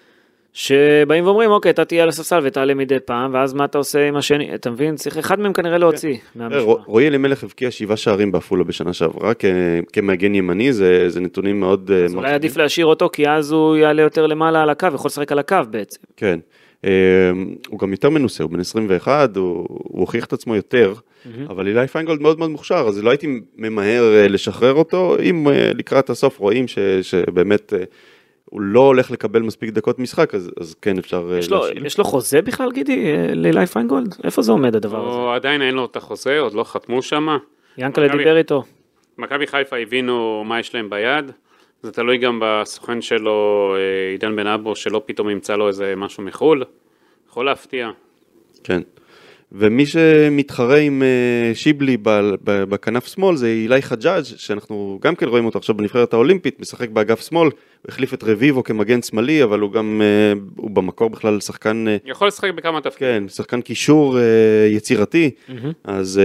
שבאים ואומרים, אוקיי, אתה תהיה על הספסל ותעלה מדי פעם, ואז מה אתה עושה עם השני? אתה מבין? צריך אחד מהם כנראה להוציא מהמשוואה. רועי אלימלך הבקיע 7 שערים בעפולה בשנה שעברה, כמגן ימני, זה נתונים מאוד... אז אולי עדיף להשאיר אותו, כי אז הוא יעלה יותר למעלה על הקו, יכול לשחק על הקו בעצם. כן, הוא גם יותר מנוסה, הוא בן 21, הוא הוכיח את עצמו יותר, אבל אילי פיינגולד מאוד מאוד מוכשר, אז לא הייתי ממהר לשחרר אותו, אם לקראת הסוף רואים שבאמת... הוא לא הולך לקבל מספיק דקות משחק, אז כן אפשר להשאיל. יש לו חוזה בכלל, גידי, לאילי פיינגולד? איפה זה עומד הדבר הזה? עדיין אין לו את החוזה, עוד לא חתמו שם. ינקלה דיבר איתו. מכבי חיפה הבינו מה יש להם ביד, זה תלוי גם בסוכן שלו, עידן בן אבו, שלא פתאום ימצא לו איזה משהו מחול, יכול להפתיע. כן. ומי שמתחרה עם שיבלי בכנף שמאל זה אילי חג'אג' שאנחנו גם כן רואים אותו עכשיו בנבחרת האולימפית, משחק באגף שמאל, הוא החליף את רביבו כמגן שמאלי, אבל הוא גם, הוא במקור בכלל שחקן... יכול לשחק בכמה תפקידים. כן, שחקן קישור יצירתי, אז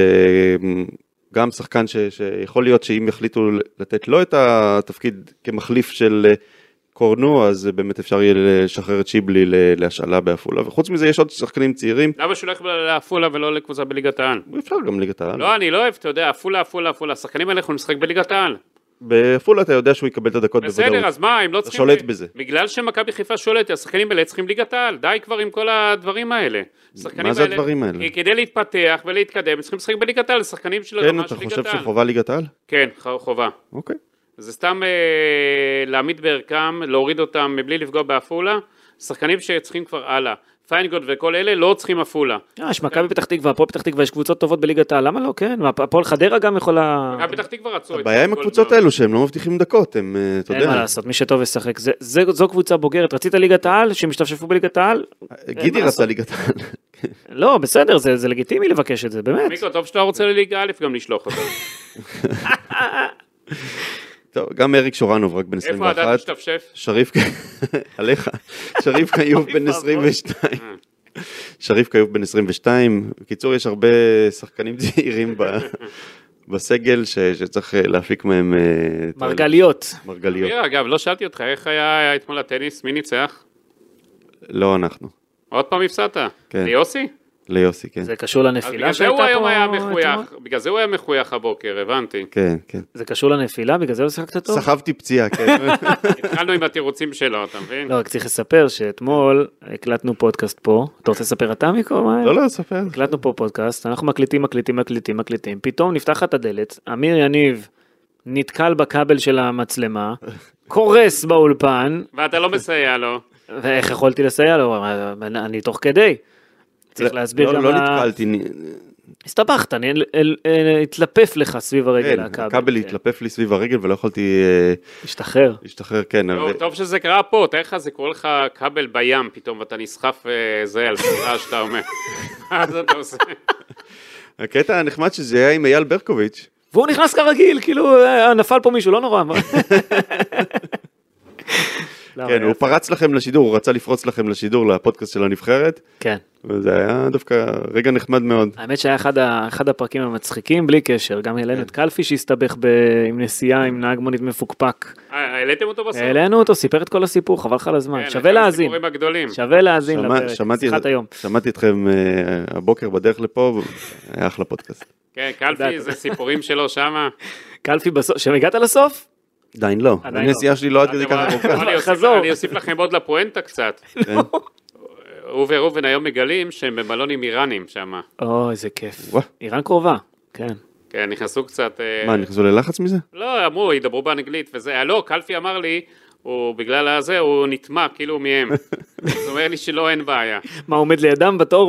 גם שחקן שיכול להיות שאם יחליטו לתת לו את התפקיד כמחליף של... קורנו, אז באמת אפשר יהיה לשחרר את שיבלי להשאלה באפולה, וחוץ מזה יש עוד שחקנים צעירים. למה שהוא הולך לאפולה ולא לקבוצה בליגת העל? אפשר גם ליגת העל. לא, אני לא אוהב, אתה יודע, אפולה, השחקנים האלה יכולים לשחק בליגת העל. באפולה אתה יודע שהוא יקבל את הדקות בוודאות. בסדר, אז מה, הם לא צריכים... שולט בזה. בגלל שמכבי חיפה שולט, השחקנים האלה צריכים ליגת העל, די כבר עם כל הדברים האלה. מה זה הדברים האלה? כדי להתפתח ולהתקדם, צריכים לשחק בליגת העל, שחקנים של כן, אתה חושב שחובה ליגת העל? כן, חובה. אוקיי. זה סתם להעמיד בערכם, להוריד אותם מבלי לפגוע באפולה, שחקנים שצריכים כבר הלאה. פיינגולד וכל אלה לא צריכים עפולה. יש מכבי פתח תקווה, הפועל פתח תקווה, יש קבוצות טובות בליגת העל, למה לא? כן, הפועל חדרה גם יכולה... מכבי פתח תקווה רצו את הבעיה עם הקבוצות האלו שהם לא מבטיחים דקות, הם, אתה יודע. אין מה לעשות, מי שטוב ישחק. זו קבוצה בוגרת. רצית ליגת העל, שהם השתתפו בליגת העל? גידי רצה ליגת העל. לא, בסדר, זה לגיטימי לבקש את זה, באמת. מיקו, טוב שאתה רוצה לליגה א' גם לשלוח אותה. טוב, גם אריק שורנוב, רק בן 21. איפה עדת משתפשף? שריף, עליך, שריף קיוב בן 22. שריף קיוב בן 22. בקיצור, יש הרבה שחקנים צעירים בסגל שצריך להפיק מהם... מרגליות. מרגליות. אגב, לא שאלתי אותך, איך היה אתמול הטניס? מי ניצח? לא אנחנו. עוד פעם הפסדת? כן. ליוסי? ליוסי, כן. זה קשור לנפילה שהייתה פה? בגלל זה הוא היום היה מחוייך, בגלל זה הוא היה מחוייך הבוקר, הבנתי. כן, כן. זה קשור לנפילה, בגלל זה לא שיחקת טוב? סחבתי פציעה, כן. התחלנו עם התירוצים שלו, אתה מבין? לא, רק צריך לספר שאתמול הקלטנו פודקאסט פה. אתה רוצה לספר אתה מיקו? לא, ספר. הקלטנו פה פודקאסט, אנחנו מקליטים, פתאום נפתחת הדלת, אמיר יניב נתקל בכבל של המצלמה, קורס באולפן. ואתה לא מסייע לו. ואיך יכולתי לסייע לו? אני תוך כדי. צריך להסביר למה... לא נתקלתי. הסתבכת, אני התלפף לך סביב הרגל הכבל. הכבל התלפף לי סביב הרגל ולא יכולתי... להשתחרר, כן. טוב שזה קרה פה, תאר לך, זה קורא לך כבל בים פתאום, ואתה נסחף זה על סביבה שאתה אומר. אז אתה עושה. הקטע הנחמד שזה היה עם אייל ברקוביץ'. והוא נכנס כרגיל, כאילו נפל פה מישהו, לא נורא. כן, הוא פרץ לכם לשידור, הוא רצה לפרוץ לכם לשידור לפודקאסט של הנבחרת. כן. וזה היה דווקא רגע נחמד מאוד. האמת שהיה אחד הפרקים המצחיקים, בלי קשר. גם העלינו את קלפי שהסתבך עם נסיעה, עם נהג מונית מפוקפק. העליתם אותו בסוף? העלינו אותו, סיפר את כל הסיפור, חבל לך על הזמן. שווה להאזין. שווה להאזין לשיחת היום. שמעתי אתכם הבוקר בדרך לפה, היה אחלה פודקאסט. כן, קלפי, זה סיפורים שלו שמה. קלפי בסוף, שמגעת לסוף? עדיין לא. הנסיעה שלי לא עד כדי ככה חזור. אני אוסיף לכם עוד לפואנטה קצת. הוא ורובן היום מגלים שהם במלונים איראנים שם. איזה כיף. איראן קרובה, כן. כן, נכנסו קצת... מה, נכנסו ללחץ מזה? לא, אמרו, ידברו באנגלית וזה. לא, קלפי אמר לי, בגלל הזה הוא נטמע כאילו מהם. זאת אומרת לי שלא, אין בעיה. מה, עומד לידם בתור?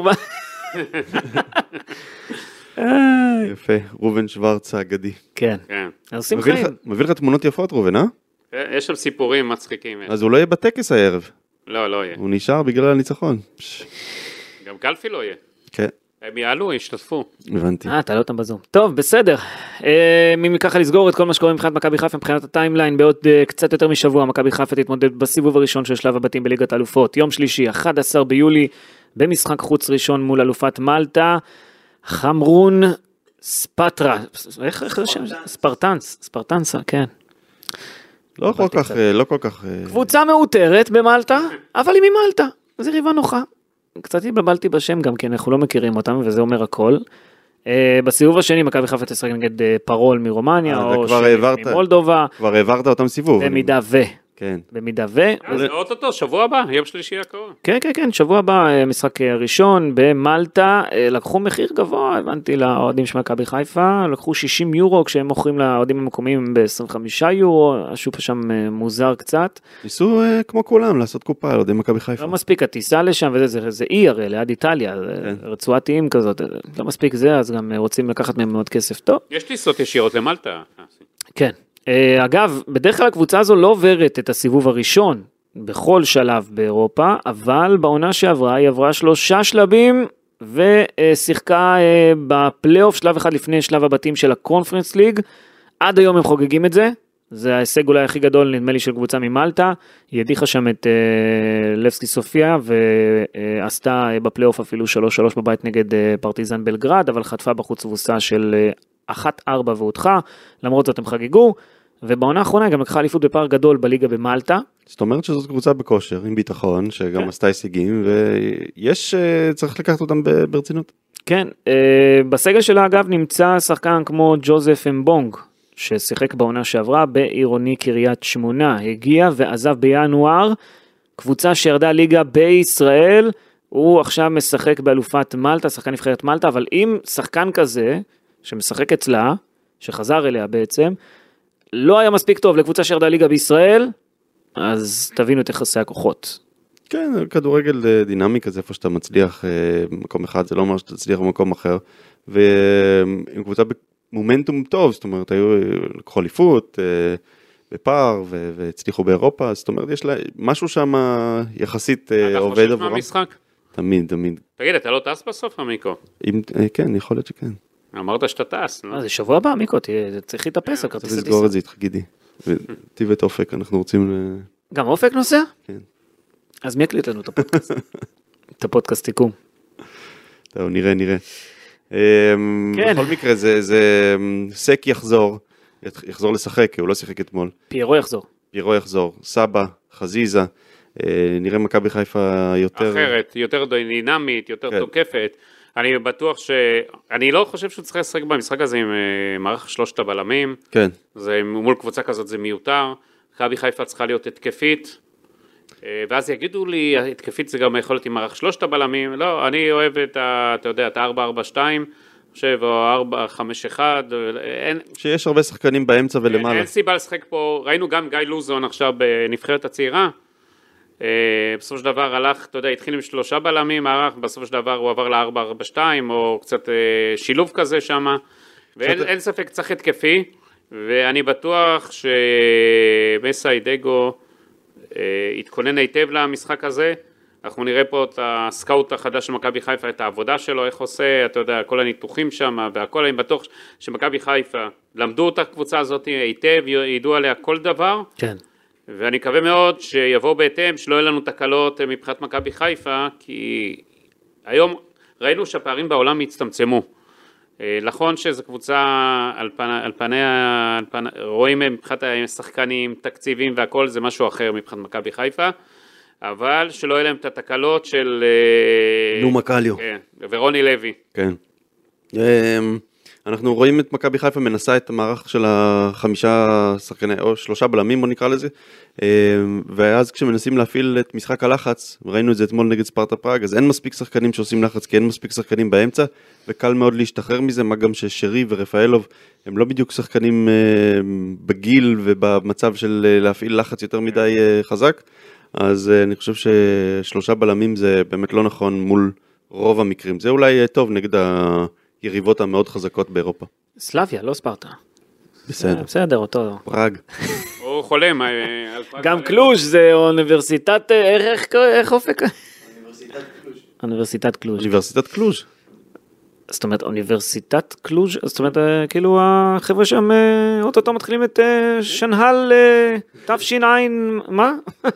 יפה, רובן שוורץ האגדי. כן. עושים חיים. מביא לך תמונות יפות, רובן, אה? יש שם סיפורים מצחיקים. אז הוא לא יהיה בטקס הערב. לא יהיה. הוא נשאר בגלל הניצחון. גם קלפי לא יהיה. כן. הם יעלו, ישתתפו. הבנתי. תעלה אותם בזום. טוב, בסדר. אם ככה לסגור את כל מה שקורה מבחינת מכבי חיפה, מבחינת הטיימליין, בעוד קצת יותר משבוע, מכבי חיפה תתמודד בסיבוב הראשון של שלב הבתים בליגת האלופות. יום שלישי, 11 ביולי, במשחק חוץ ראשון מול אלופת מלטה. חמרון ספטרה, איך זה שם? ספרטנסה, כן. לא כל כך... קבוצה מאותרת במלטה, אבל היא ממלטה, זה ריבה נוחה. קצת התבלבלתי בשם גם כן, אנחנו לא מכירים אותם, וזה אומר הכל. בסיבוב השני, מכבי חיפה תשחק נגד פרול מרומניה, או ממולדובה. כבר העברת אותם סיבוב. במידה ו... כן. במידה ו... אז אותו, שבוע הבא, יום שלישי הקרוב. כן, שבוע הבא, משחק ראשון במלטה, לקחו מחיר גבוה, הבנתי, לאוהדים של מכבי חיפה, לקחו 60 יורו, כשהם מוכרים לאוהדים המקומיים ב-25 יורו, השוק שם מוזר קצת. ניסו כמו כולם, לעשות קופה על אוהדים מכבי חיפה. לא מספיק, הטיסה לשם, וזה אי הרי, ליד איטליה, רצועת איים כזאת, לא מספיק זה, אז גם רוצים לקחת מהם מאוד כסף טוב. יש טיסות ישירות למלטה. כן. אגב, בדרך כלל הקבוצה הזו לא עוברת את הסיבוב הראשון בכל שלב באירופה, אבל בעונה שעברה היא עברה 3 שלבים ושיחקה בפלייאוף שלב אחד לפני שלב הבתים של הקונפרנס ליג. עד היום הם חוגגים את זה, זה ההישג אולי הכי גדול נדמה לי של קבוצה ממלטה, היא הדיחה שם את לבסקי סופיה ועשתה בפלייאוף אפילו 3-3 בבית נגד פרטיזן בלגרד, אבל חטפה בחוץ תבוסה של 1-4 והודחה, למרות זאת הם חגגו, ובעונה האחרונה גם לקחה אליפות בפער גדול בליגה במלטה. זאת אומרת שזאת קבוצה בכושר, עם ביטחון, שגם עשתה הישגים, ויש, צריך לקחת אותם ברצינות. כן, בסגל שלה אגב נמצא שחקן כמו ג'וזף אמבונג, ששיחק בעונה שעברה בעירוני קריית שמונה, הגיע ועזב בינואר, קבוצה שירדה ליגה בישראל, הוא עכשיו משחק באלופת מלטה, שחקן נבחרת מלטה, אבל אם שחקן כזה, שמשחק אצלה, שחזר אליה בעצם, לא היה מספיק טוב לקבוצה שירדה ליגה בישראל, אז תבינו את יחסי הכוחות. כן, כדורגל דינמי כזה, איפה שאתה מצליח במקום אחד, זה לא אומר שאתה תצליח במקום אחר, ועם קבוצה במומנטום טוב, זאת אומרת, לקחו אליפות בפער, והצליחו באירופה, זאת אומרת, יש לה משהו שם יחסית עובד עבורם. אתה חושב מהמשחק? תמיד, תמיד. תגיד, אתה לא טס בסוף, מיקו? כן, יכול להיות שכן. אמרת שאתה טס. זה שבוע הבא, מיקו, צריך להתאפס על כרטיס צריך הטיסה. לסגור את זה איתך, גידי. אותי ואת אופק, אנחנו רוצים... גם אופק נוסע? כן. אז מי יקליט לנו את הפודקאסט? את הפודקאסט תיקום. טוב, נראה. כן. בכל מקרה, זה סק יחזור לשחק, כי הוא לא שיחק אתמול. פיירו יחזור. פיירו יחזור, סבא, חזיזה, נראה מכבי חיפה יותר... אחרת, יותר דינמית, יותר תוקפת. אני בטוח אני לא חושב שהוא צריך לשחק במשחק הזה עם מערך 3 הבלמים. כן. זה מול קבוצה כזאת זה מיותר. מכבי חיפה צריכה להיות התקפית. ואז יגידו לי, התקפית זה גם יכול להיות עם מערך 3 הבלמים. לא, אני אוהב אתה יודע, את ה-4-4-2, חושב, או 4-5-1. שיש הרבה שחקנים באמצע ולמעלה. אין סיבה לשחק פה. ראינו גם גיא לוזון עכשיו בנבחרת הצעירה. בסופו של דבר הלך, אתה יודע, התחיל עם 3 בלמים, מערך, בסופו של דבר הוא עבר ל-4-4-2, או קצת שילוב כזה שם, ואין ספק צריך התקפי, ואני בטוח שמסי דגו יתכונן היטב למשחק הזה, אנחנו נראה פה את הסקאוט החדש של מכבי חיפה, את העבודה שלו, איך עושה, אתה יודע, כל הניתוחים שם, והכל, אני בטוח שמכבי חיפה למדו את הקבוצה הזאת היטב, ידעו עליה כל דבר, כן. ואני מקווה מאוד שיבואו בהתאם, שלא יהיו לנו תקלות מבחינת מכבי חיפה, כי היום ראינו שהפערים בעולם הצטמצמו. נכון שזו קבוצה על פניה, רואים מבחינת השחקנים, תקציבים והכל, זה משהו אחר מבחינת מכבי חיפה, אבל שלא יהיו להם את התקלות של... נומה קליו. כן, ורוני לוי. כן. אנחנו רואים את מכבי חיפה מנסה את המערך של 5 שחקני, או 3 בלמים, בוא נקרא לזה, ואז כשמנסים להפעיל את משחק הלחץ, ראינו את זה אתמול נגד ספרטה פראג, אז אין מספיק שחקנים שעושים לחץ, כי אין מספיק שחקנים באמצע, וקל מאוד להשתחרר מזה, מה גם ששרי ורפאלוב, הם לא בדיוק שחקנים בגיל ובמצב של להפעיל לחץ יותר מדי חזק, אז אני חושב ש3 בלמים זה באמת לא נכון מול רוב המקרים, זה אולי טוב נגד היריבות המאוד חזקות באירופה. סלאביה, לא ספרטה. בסדר. בסדר, אותו. פראג. הוא חולם. גם קלוז' זה אוניברסיטת, איך אופק? אוניברסיטת קלוז'. אוניברסיטת קלוז'. זאת אומרת, אוניברסיטת קלוז', זאת אומרת, כאילו החבר'ה שם אוטוטו מתחילים את שנהל תש"ע, מה?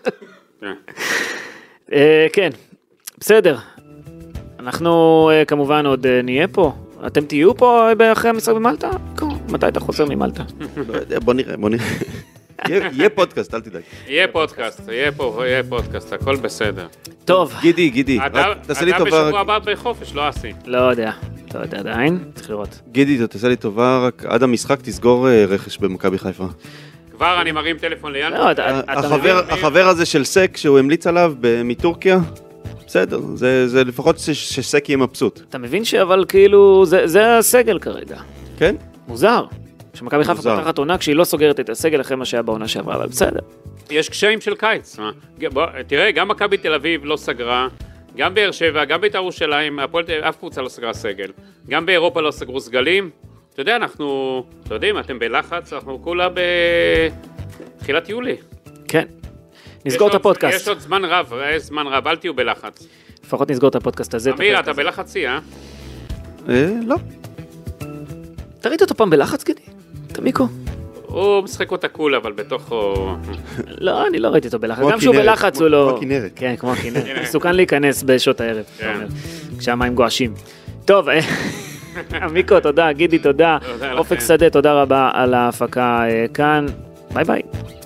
כן, בסדר. אנחנו כמובן עוד נהיה פה. אתם תהיו פה אחרי המשחק במלטה? מתי אתה חוזר ממלטה? לא יודע, בוא נראה. יהיה פודקאסט, אל תדאג. יהיה פודקאסט, הכל בסדר. טוב. גידי, תעשה לי טובה. אתה בשבוע הבא בחופש, לא עשי. לא יודע עדיין, צריך לראות. גידי, תעשה לי טובה, רק עד המשחק תסגור רכש במכבי חיפה. כבר אני מרים טלפון ליאן. החבר הזה של סק, שהוא המליץ עליו מטורקיה, בסדר, זה לפחות שסק יהיה מבסוט. אתה מבין אבל כאילו, זה הסגל כרגע. כן? מוזר. שמכבי חיפה פותחת עונה כשהיא לא סוגרת את הסגל אחרי מה שהיה בעונה שעברה, אבל בסדר. יש קשיים של קיץ. תראה, גם מכבי תל אביב לא סגרה, גם באר שבע, גם בית"ר ירושלים, אף קבוצה לא סגרה סגל. גם באירופה לא סגרו סגלים. אתה יודע, אנחנו, אתה יודעים, אתם בלחץ, אנחנו כולה בתחילת יולי. כן. נסגור את הפודקאסט. יש עוד זמן רב, אל תהיו בלחץ. לפחות נסגור את הפודקאסט הזה. אמיר, אתה בלחצי, לא. אתה ראית אותו פעם בלחץ, גידי? אתה מיקו? הוא משחק אותה קול, אבל בתוכו... לא, אני לא ראיתי אותו בלחץ. גם שהוא בלחץ הוא לא... כמו הכנרת. כן, כמו הכנרת. מסוכן להיכנס בשעות הערב, כשהמים גועשים. טוב, מיקו, תודה, גידי, תודה. אופק שדה, תודה רבה על ההפקה כאן. ביי ביי.